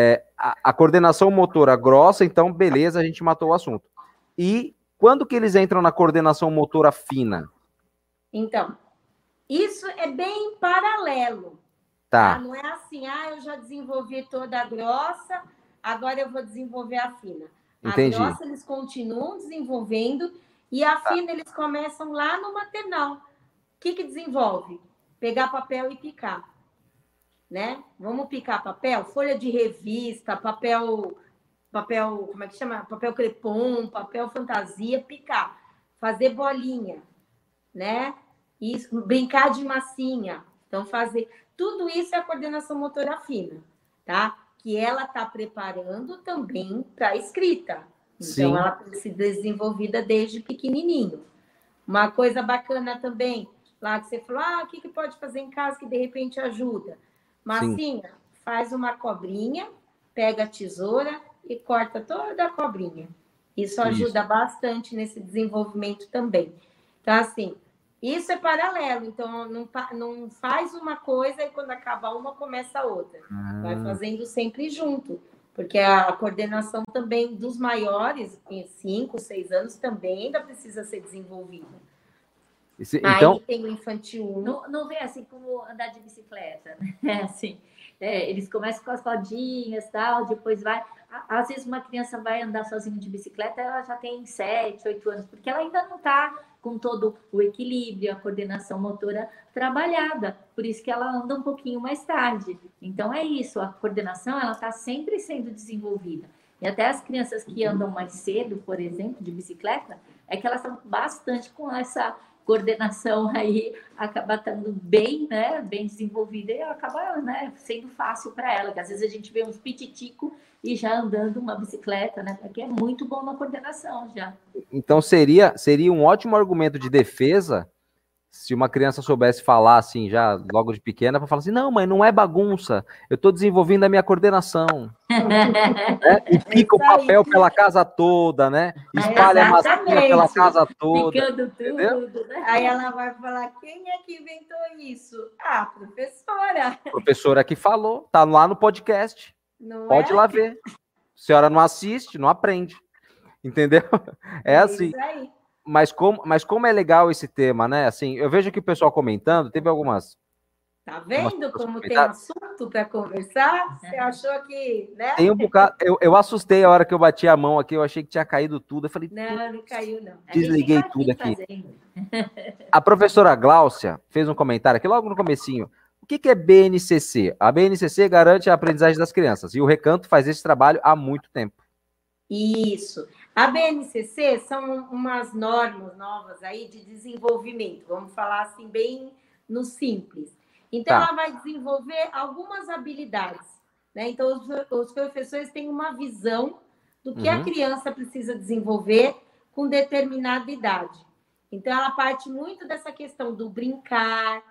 A coordenação motora grossa, então, beleza, a gente matou o assunto. E quando que eles entram na coordenação motora fina? Então, isso é bem paralelo. Tá. Não é assim, eu já desenvolvi toda a grossa, agora eu vou desenvolver a fina. Entendi. A grossa eles continuam desenvolvendo e a fina eles começam lá no maternal. O que desenvolve? Pegar papel e picar. Né? Vamos picar papel? Folha de revista, papel, como é que chama? Papel crepom, papel fantasia, picar. Fazer bolinha, né? Isso, brincar de massinha. Então, fazer tudo isso é a coordenação motora fina, tá? Que ela está preparando também para a escrita. Então, Sim. ela tem sido desenvolvida desde pequenininho. Uma coisa bacana também, lá que você falou, o que pode fazer em casa que de repente ajuda? Massinha, faz uma cobrinha, pega a tesoura e corta toda a cobrinha. Isso ajuda bastante nesse desenvolvimento também. Então, assim, isso é paralelo. Então, não faz uma coisa e quando acaba uma, começa a outra. Vai fazendo sempre junto. Porque a coordenação também dos maiores, em 5, 6 anos, também ainda precisa ser desenvolvida. Então... Aí tem o infantil 1. Não vê assim como andar de bicicleta, né? Assim, eles começam com as rodinhas e tal, depois vai... Às vezes uma criança vai andar sozinha de bicicleta, ela já tem 7, 8 anos, porque ela ainda não está com todo o equilíbrio, a coordenação motora trabalhada, por isso que ela anda um pouquinho mais tarde. Então é isso, a coordenação ela está sempre sendo desenvolvida. E até as crianças que andam mais cedo, por exemplo, de bicicleta, é que elas estão bastante com essa coordenação aí, acaba estando bem, né, bem desenvolvida e acaba, né, sendo fácil para ela, que às vezes a gente vê uns pititico e já andando uma bicicleta, né, porque é muito bom na coordenação já. Então seria um ótimo argumento de defesa se uma criança soubesse falar assim, já logo de pequena, para falar assim, não, mãe, não é bagunça, eu estou desenvolvendo a minha coordenação. E pica o papel pela casa toda, né? Espalha a massinha pela casa toda. Picando tudo, né? Aí ela vai falar, quem é que inventou isso? A professora. Professora que falou, tá lá no podcast. Não Pode ir lá ver. A senhora não assiste, não aprende. Entendeu? É assim. Isso aí. Mas como é legal esse tema, né? Assim, eu vejo que o pessoal comentando, teve algumas... Tá vendo como tem assunto para conversar? Você achou que, né? Tem um bocado... Eu assustei a hora que eu bati a mão aqui, eu achei que tinha caído tudo. Eu falei, não caiu, não. Desliguei tudo aqui. A professora Gláucia fez um comentário aqui logo no comecinho. O que é BNCC? A BNCC garante a aprendizagem das crianças e o Recanto faz esse trabalho há muito tempo. Isso. A BNCC são umas normas novas aí de desenvolvimento, vamos falar assim bem no simples. Então, ela vai desenvolver algumas habilidades, né? Então, os professores têm uma visão do que a criança precisa desenvolver com determinada idade. Então, ela parte muito dessa questão do brincar,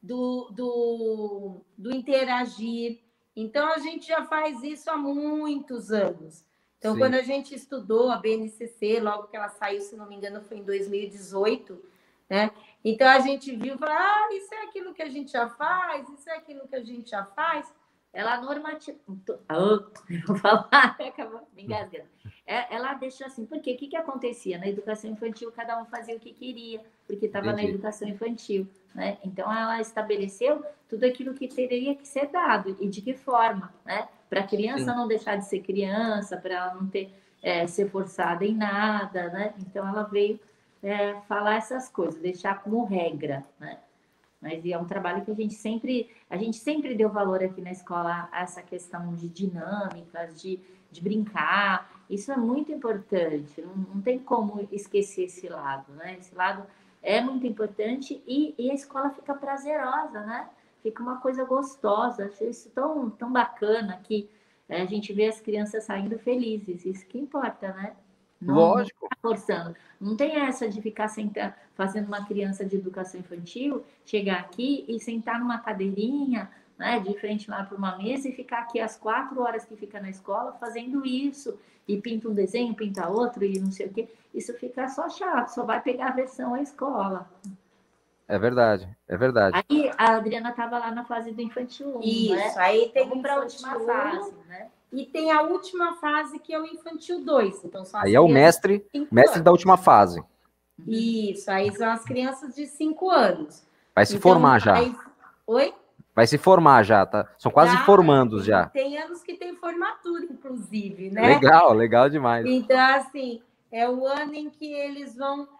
do interagir. Então, a gente já faz isso há muitos anos. Então, quando a gente estudou a BNCC, logo que ela saiu, se não me engano, foi em 2018, né? Então, a gente viu e falou, isso é aquilo que a gente já faz, isso é aquilo que a gente já faz. Ela normativa... vou falar, acabou me engasgando. Ela deixou assim, porque o que acontecia? Na educação infantil, cada um fazia o que queria, porque estava na educação infantil, né? Então, ela estabeleceu tudo aquilo que teria que ser dado e de que forma, né? Para a criança não deixar de ser criança, para ela não ter, ser forçada em nada, né? Então, ela veio falar essas coisas, deixar como regra, né? Mas é um trabalho que a gente sempre deu valor aqui na escola a essa questão de dinâmicas, de brincar. Isso é muito importante, não tem como esquecer esse lado, né? Esse lado é muito importante e a escola fica prazerosa, né? Fica uma coisa gostosa. Acho isso tão, tão bacana que a gente vê as crianças saindo felizes. Isso que importa, né? Lógico. Não tá forçando. Não tem essa de ficar fazendo uma criança de educação infantil, chegar aqui e sentar numa cadeirinha, né, de frente lá para uma mesa e ficar aqui as 4 horas que fica na escola fazendo isso. E pinta um desenho, pinta outro e não sei o quê. Isso fica só chato, só vai pegar a versão à escola. É verdade, é verdade. Aí a Adriana estava lá na fase do infantil 1, isso, né? Aí tem para a última fase, né? E tem a última fase, que é o infantil 2. Então, aí é o mestre da última fase. Isso, aí são as crianças de 5 anos. Vai se formar já. Oi? Vai se formar já, tá? São quase formandos já. Tem anos que tem formatura, inclusive, né? Legal demais. Então, assim, é o ano em que eles vão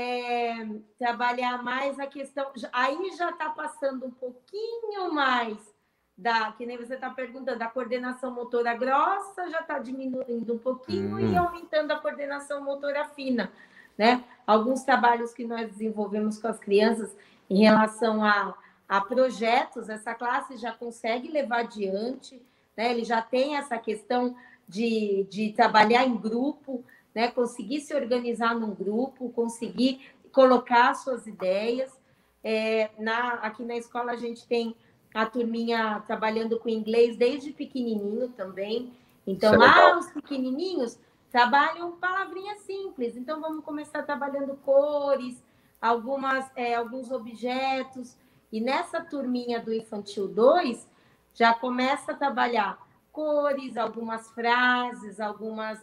trabalhar mais a questão... Aí já está passando um pouquinho mais que nem você está perguntando, a coordenação motora grossa já está diminuindo um pouquinho e aumentando a coordenação motora fina, né? Alguns trabalhos que nós desenvolvemos com as crianças em relação a a projetos, essa classe já consegue levar adiante, né? Ele já tem essa questão de trabalhar em grupo, né? Conseguir se organizar num grupo, conseguir colocar suas ideias. Aqui na escola a gente tem a turminha trabalhando com inglês desde pequenininho também. Então, lá os pequenininhos trabalham palavrinhas simples. Então, vamos começar trabalhando cores, alguns objetos. E nessa turminha do Infantil 2, já começa a trabalhar cores, algumas frases, algumas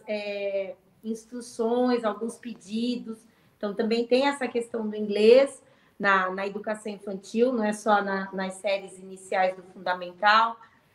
instruções, alguns pedidos. Então, também tem essa questão do inglês na educação infantil, não é só nas séries iniciais do fundamental.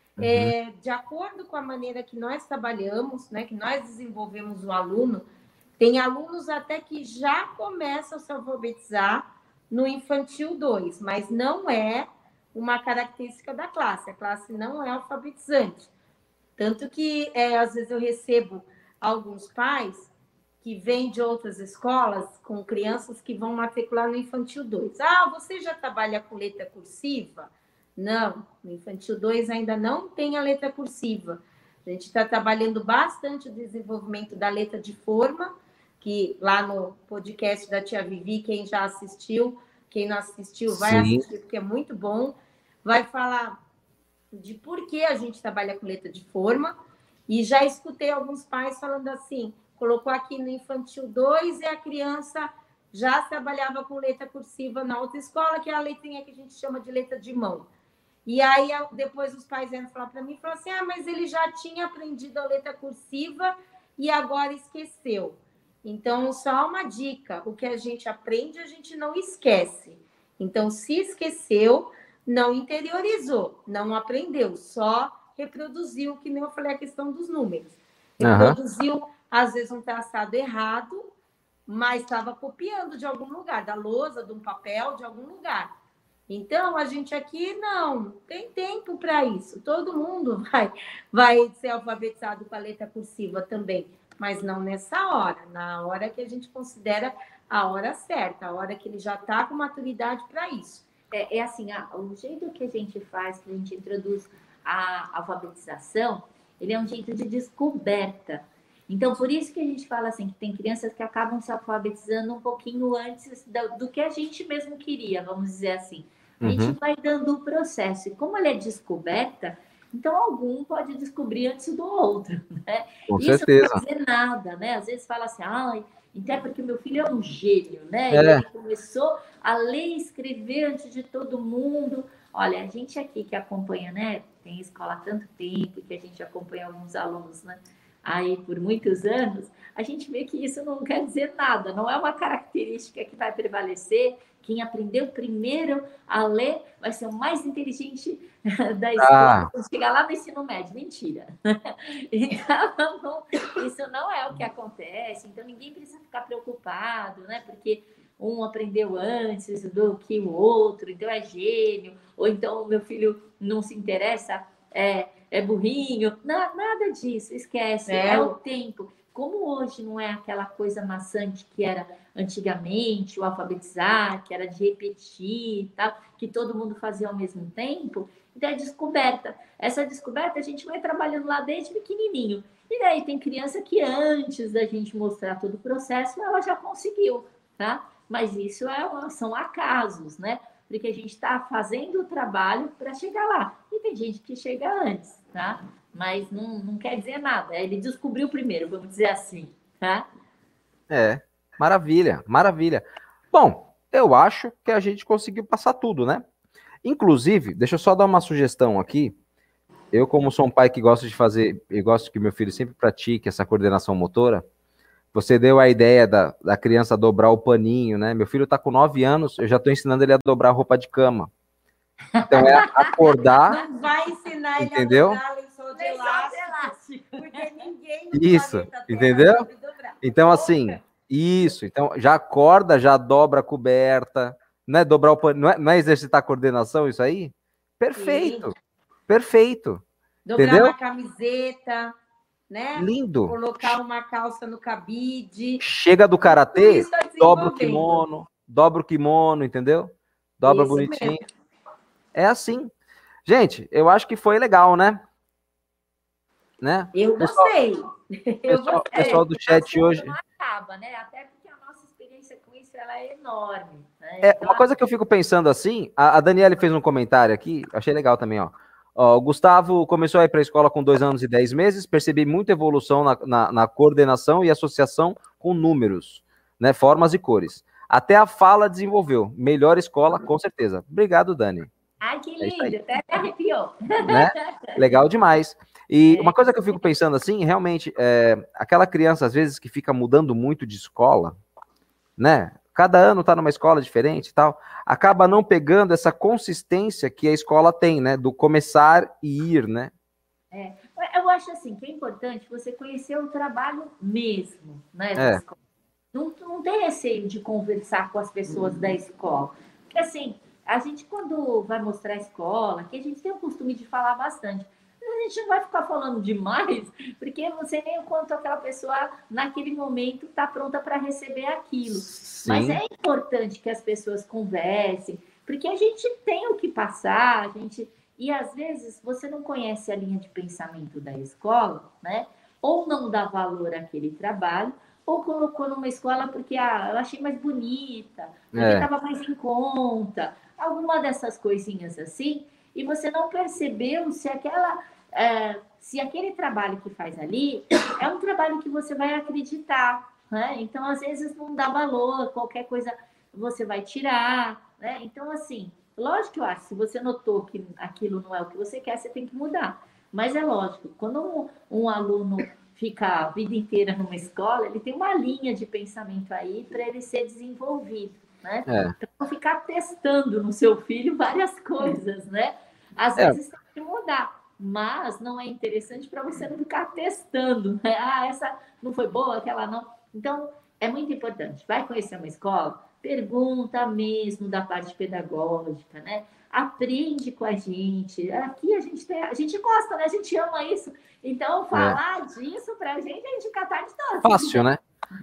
De acordo com a maneira que nós trabalhamos, né, que nós desenvolvemos o aluno, tem alunos até que já começam a se alfabetizar no Infantil 2, mas não é uma característica da classe. A classe não é alfabetizante. Tanto que, às vezes, eu recebo alguns pais que vêm de outras escolas com crianças que vão matricular no Infantil 2. Ah, você já trabalha com letra cursiva? Não, no Infantil 2 ainda não tem a letra cursiva. A gente está trabalhando bastante o desenvolvimento da letra de forma, que lá no podcast da Tia Vivi, quem já assistiu, quem não assistiu, vai assistir, porque é muito bom. Vai falar de por que a gente trabalha com letra de forma. E já escutei alguns pais falando assim, colocou aqui no Infantil 2 e a criança já trabalhava com letra cursiva na outra escola, que é a letrinha que a gente chama de letra de mão. E aí, depois os pais vieram falar para mim, falaram assim, mas ele já tinha aprendido a letra cursiva e agora esqueceu. Então, só uma dica, o que a gente aprende, a gente não esquece. Então, se esqueceu, não interiorizou, não aprendeu, só reproduziu, que nem eu falei a questão dos números. Reproduziu, às vezes, um traçado errado, mas estava copiando de algum lugar, da lousa, de um papel, de algum lugar. Então, a gente aqui não tem tempo para isso. Todo mundo vai ser alfabetizado com a letra cursiva também, mas não nessa hora, na hora que a gente considera a hora certa, a hora que ele já está com maturidade para isso. Assim, o jeito que a gente faz, que a gente introduz a alfabetização, ele é um jeito de descoberta. Então, por isso que a gente fala assim, que tem crianças que acabam se alfabetizando um pouquinho antes do que a gente mesmo queria, vamos dizer assim. A gente vai dando o processo. E como ele é descoberta, então algum pode descobrir antes do outro, né? Com isso certeza. Não quer dizer nada, né? Às vezes fala assim, então é porque o meu filho é um gênio, né? E ele começou a ler e escrever antes de todo mundo. Olha, a gente aqui que acompanha, né? Tem escola há tanto tempo que a gente acompanha alguns alunos, né? Aí por muitos anos, a gente vê que isso não quer dizer nada, não é uma característica que vai prevalecer. Quem aprendeu primeiro a ler vai ser o mais inteligente da escola, quando chegar lá no ensino médio. Mentira. Então, isso não é o que acontece, então ninguém precisa ficar preocupado, né? Porque um aprendeu antes do que o outro, então é gênio, ou então o meu filho não se interessa, é burrinho. Nada disso, esquece, é o tempo. Como hoje não é aquela coisa maçante que era antigamente, o alfabetizar, que era de repetir e tal, que todo mundo fazia ao mesmo tempo, então é descoberta. Essa descoberta a gente vai trabalhando lá desde pequenininho. E daí tem criança que antes da gente mostrar todo o processo, ela já conseguiu, tá? Mas isso são acasos, né? Porque a gente está fazendo o trabalho para chegar lá. E tem gente que chega antes, tá? Mas não quer dizer nada. Ele descobriu primeiro, vamos dizer assim, tá? Maravilha, maravilha. Bom, eu acho que a gente conseguiu passar tudo, né? Inclusive, deixa eu só dar uma sugestão aqui. Eu, como sou um pai que gosta de fazer, e gosto que meu filho sempre pratique essa coordenação motora, você deu a ideia da criança dobrar o paninho, né? Meu filho tá com 9 anos, eu já tô ensinando ele a dobrar a roupa de cama. Então é acordar... Não vai ensinar ele entendeu? A dobrar lençol de elástico, porque ninguém no isso, planeta Terra entendeu? sabe dobrar. Então, assim, isso. Então, já acorda, já dobra a coberta, né? Dobrar o paninho. Não é exercitar a coordenação isso aí? Perfeito. Sim. Perfeito. Dobrar entendeu? Uma camiseta, né? Lindo. Colocar uma calça no cabide. Chega do karatê, dobra o kimono, entendeu? Dobra isso bonitinho. Mesmo. É assim. Gente, eu acho que foi legal, né? Eu gostei. Pessoal do chat hoje. Não acaba, né? Até porque a nossa experiência com isso ela é enorme. Né? Então, Uma coisa que eu fico pensando assim, a Daniele fez um comentário aqui, achei legal também, ó. O Gustavo começou a ir para a escola com 2 anos e 10 meses, percebi muita evolução na coordenação e associação com números, né, formas e cores. Até a fala desenvolveu. Melhor escola, com certeza. Obrigado, Dani. Ai, que lindo, até arrepiou. Né? Legal demais. E uma coisa que eu fico pensando assim, realmente, aquela criança, às vezes, que fica mudando muito de escola, né? Cada ano tá numa escola diferente e tal, acaba não pegando essa consistência que a escola tem, né? Do começar e ir, né? Eu acho assim, que é importante você conhecer o trabalho mesmo, né? Da escola. Não tem receio de conversar com as pessoas da escola. Porque assim, a gente quando vai mostrar a escola, que a gente tem o costume de falar bastante, a gente não vai ficar falando demais, porque você nem o quanto aquela pessoa, naquele momento, está pronta para receber aquilo. Sim. Mas é importante que as pessoas conversem, porque a gente tem o que passar, e às vezes você não conhece a linha de pensamento da escola, né? Ou não dá valor àquele trabalho, ou colocou numa escola porque eu achei mais bonita, porque estava mais em conta, alguma dessas coisinhas assim, e você não percebeu se aquele trabalho que faz ali é um trabalho que você vai acreditar, né? Então, às vezes, não dá valor, qualquer coisa você vai tirar, né? Então, assim, lógico que eu acho, se você notou que aquilo não é o que você quer, você tem que mudar. Mas é lógico, quando um aluno fica a vida inteira numa escola, ele tem uma linha de pensamento aí para ele ser desenvolvido, né? Então, ficar testando no seu filho várias coisas, né? Às vezes tem que mudar, mas não é interessante para você não ficar testando, né? Essa não foi boa, aquela não. Então, é muito importante. Vai conhecer uma escola, pergunta mesmo da parte pedagógica, né? Aprende com a gente. Aqui a gente gosta, né? A gente ama isso. Então, falar disso para a gente fica a tarde toda. Fácil, né?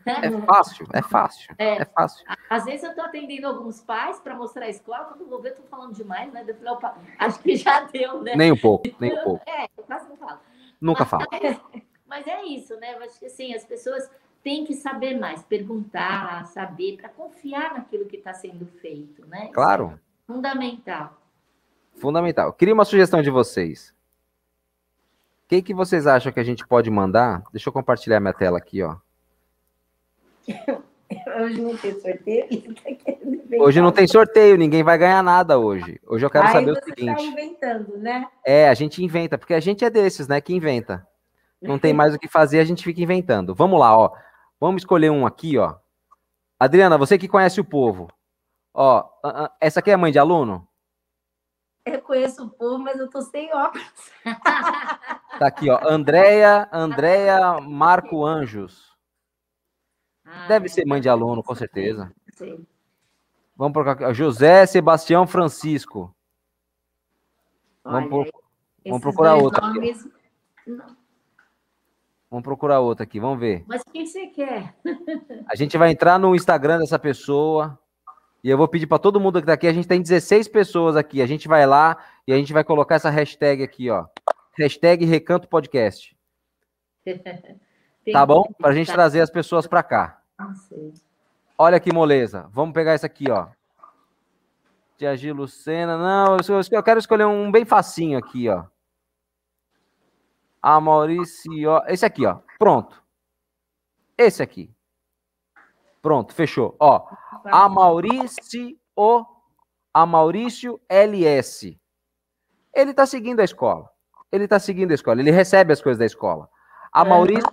É fácil. Às vezes eu estou atendendo alguns pais para mostrar a escola, quando eu vou ver, estou falando demais, né? Eu falei, opa, acho que já deu, né? Nem um pouco. Eu quase não falo. Nunca falo. Mas é isso, né? Eu acho que assim, as pessoas têm que saber mais, perguntar, saber, para confiar naquilo que está sendo feito, né? Claro. Isso é fundamental. Fundamental. Queria uma sugestão de vocês. O que vocês acham que a gente pode mandar? Deixa eu compartilhar minha tela aqui, ó. Hoje não tem sorteio. Hoje não tem sorteio, ninguém vai ganhar nada hoje. Hoje eu quero saber o seguinte. Você está inventando, né? A gente inventa, porque a gente é desses, né, que inventa. Não tem mais o que fazer, a gente fica inventando. Vamos lá, ó. Vamos escolher um aqui, ó. Adriana, você que conhece o povo. Ó, essa aqui é a mãe de aluno? Eu conheço o povo, mas eu tô sem óculos. Tá aqui, ó. Andréia Marco Anjos. Deve ser mãe de aluno, com certeza. Sim. Vamos procurar aqui. José Sebastião Francisco. Vamos procurar outra aqui. Vamos procurar outra aqui, vamos ver. Mas o que você quer? A gente vai entrar no Instagram dessa pessoa e eu vou pedir para todo mundo que tá aqui, a gente tem 16 pessoas aqui, a gente vai lá e a gente vai colocar essa hashtag aqui, ó. Hashtag Recanto Podcast. Tá bom? Pra gente trazer as pessoas para cá. Olha que moleza. Vamos pegar esse aqui, ó. Tia G. Lucena. Não, eu quero escolher um bem facinho aqui, ó. A Maurício. Esse aqui, ó. Pronto. Esse aqui. Pronto, fechou. Ó. A Maurício LS. Ele tá seguindo a escola. Ele recebe as coisas da escola. A Maurício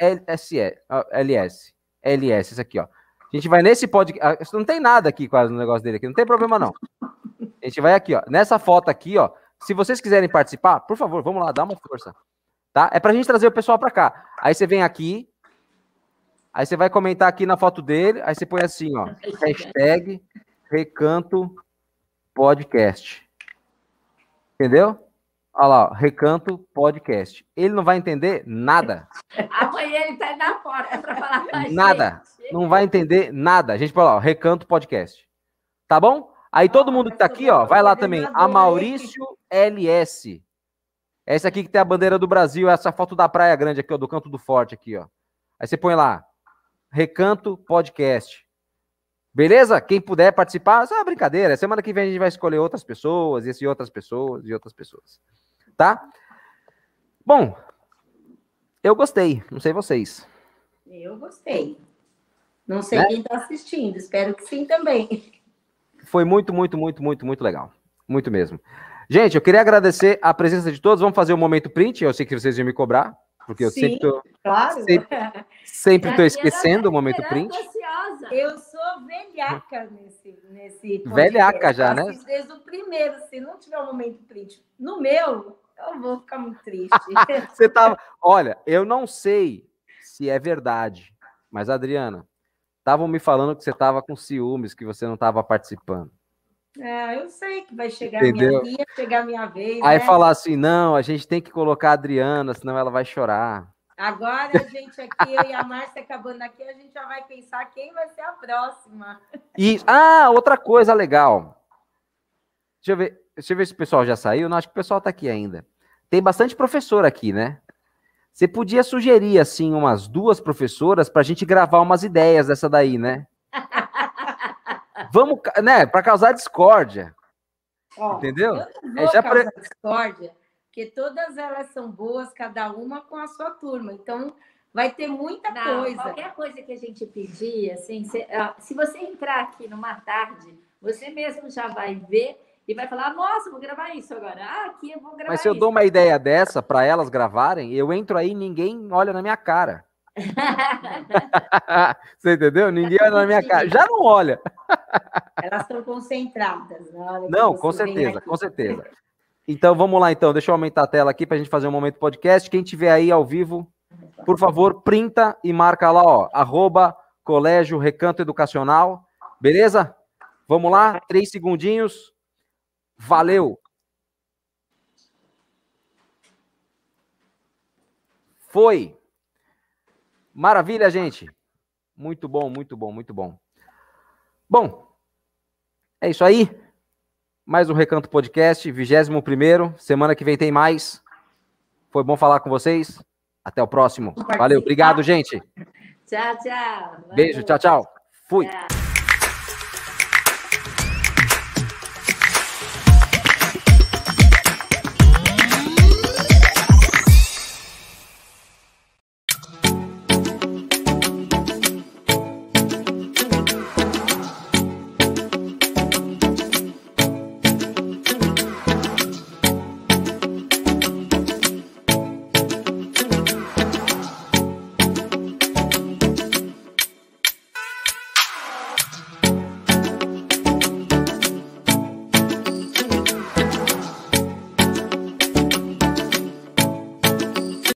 LS. Esse aqui, ó. A gente vai nesse podcast. Não tem nada aqui quase no negócio dele aqui. Não tem problema, não. A gente vai aqui, ó. Nessa foto aqui, ó. Se vocês quiserem participar, por favor, vamos lá, dá uma força. Tá? É pra gente trazer o pessoal pra cá. Aí você vem aqui. Aí você vai comentar aqui na foto dele. Aí você põe assim, ó. Hashtag Recanto Podcast. Entendeu? Olha lá, ó, Recanto Podcast. Ele não vai entender nada. Amanhã ele tá indo fora, é pra falar com a gente. Nada. Não vai entender nada. A gente põe lá, ó, Recanto Podcast. Tá bom? Aí todo mundo que tá aqui, ó, vai lá também. A Maurício LS. Essa aqui que tem a bandeira do Brasil, essa foto da Praia Grande aqui, ó, do Canto do Forte aqui, ó. Aí você põe lá, Recanto Podcast. Beleza? Quem puder participar, é uma brincadeira. Semana que vem a gente vai escolher outras pessoas, e outras pessoas, e outras pessoas. Tá? Bom, eu gostei. Não sei vocês. Eu gostei. Não sei quem está assistindo. Espero que sim também. Foi muito, muito, muito, muito, muito legal. Muito mesmo. Gente, eu queria agradecer a presença de todos. Vamos fazer um momento print. Eu sei que vocês iam me cobrar, porque eu sempre tô... Claro. Sempre estou esquecendo o momento print. Eu sou velhaca nesse podcast. Velhaca já, né? Desde o primeiro, se não tiver um momento print no meu, eu vou ficar muito triste. Você tava... Olha, eu não sei se é verdade, mas, Adriana, estavam me falando que você estava com ciúmes, que você não estava participando. Eu sei que vai chegar a minha vez, chegar a minha vez. Aí falar assim, não, a gente tem que colocar a Adriana, senão ela vai chorar. Agora a gente aqui, eu e a Márcia acabando aqui, a gente já vai pensar quem vai ser a próxima. Outra coisa legal. Deixa eu ver se o pessoal já saiu. Não, acho que o pessoal está aqui ainda. Tem bastante professor aqui, né? Você podia sugerir, assim, umas 2 professoras para a gente gravar umas ideias dessa daí, né? Vamos, né? Para causar discórdia. Entendeu? Eu não vou causar discórdia, porque todas elas são boas, cada uma com a sua turma. Então, vai ter muita coisa. Qualquer coisa que a gente pedir, assim, se você entrar aqui numa tarde, você mesmo já vai ver e vai falar, nossa, vou gravar isso agora. Aqui eu vou gravar isso. Mas se eu dou uma ideia dessa para elas gravarem, eu entro aí e ninguém olha na minha cara. Você entendeu? Ninguém olha na minha cara. Já não olha. Elas estão concentradas. Não, com certeza, com certeza. Então, vamos lá, então. Deixa eu aumentar a tela aqui para a gente fazer um momento podcast. Quem tiver aí ao vivo, por favor, printa e marca lá, ó, @Colégio Recanto Educacional. Beleza? Vamos lá, 3 segundinhos. Valeu! Foi! Maravilha, gente! Muito bom, muito bom, muito bom. Bom, é isso aí. Mais um Recanto Podcast, 21º. Semana que vem tem mais. Foi bom falar com vocês. Até o próximo. Valeu, obrigado, gente. Tchau, tchau. Beijo, tchau, tchau. Fui. Tchau.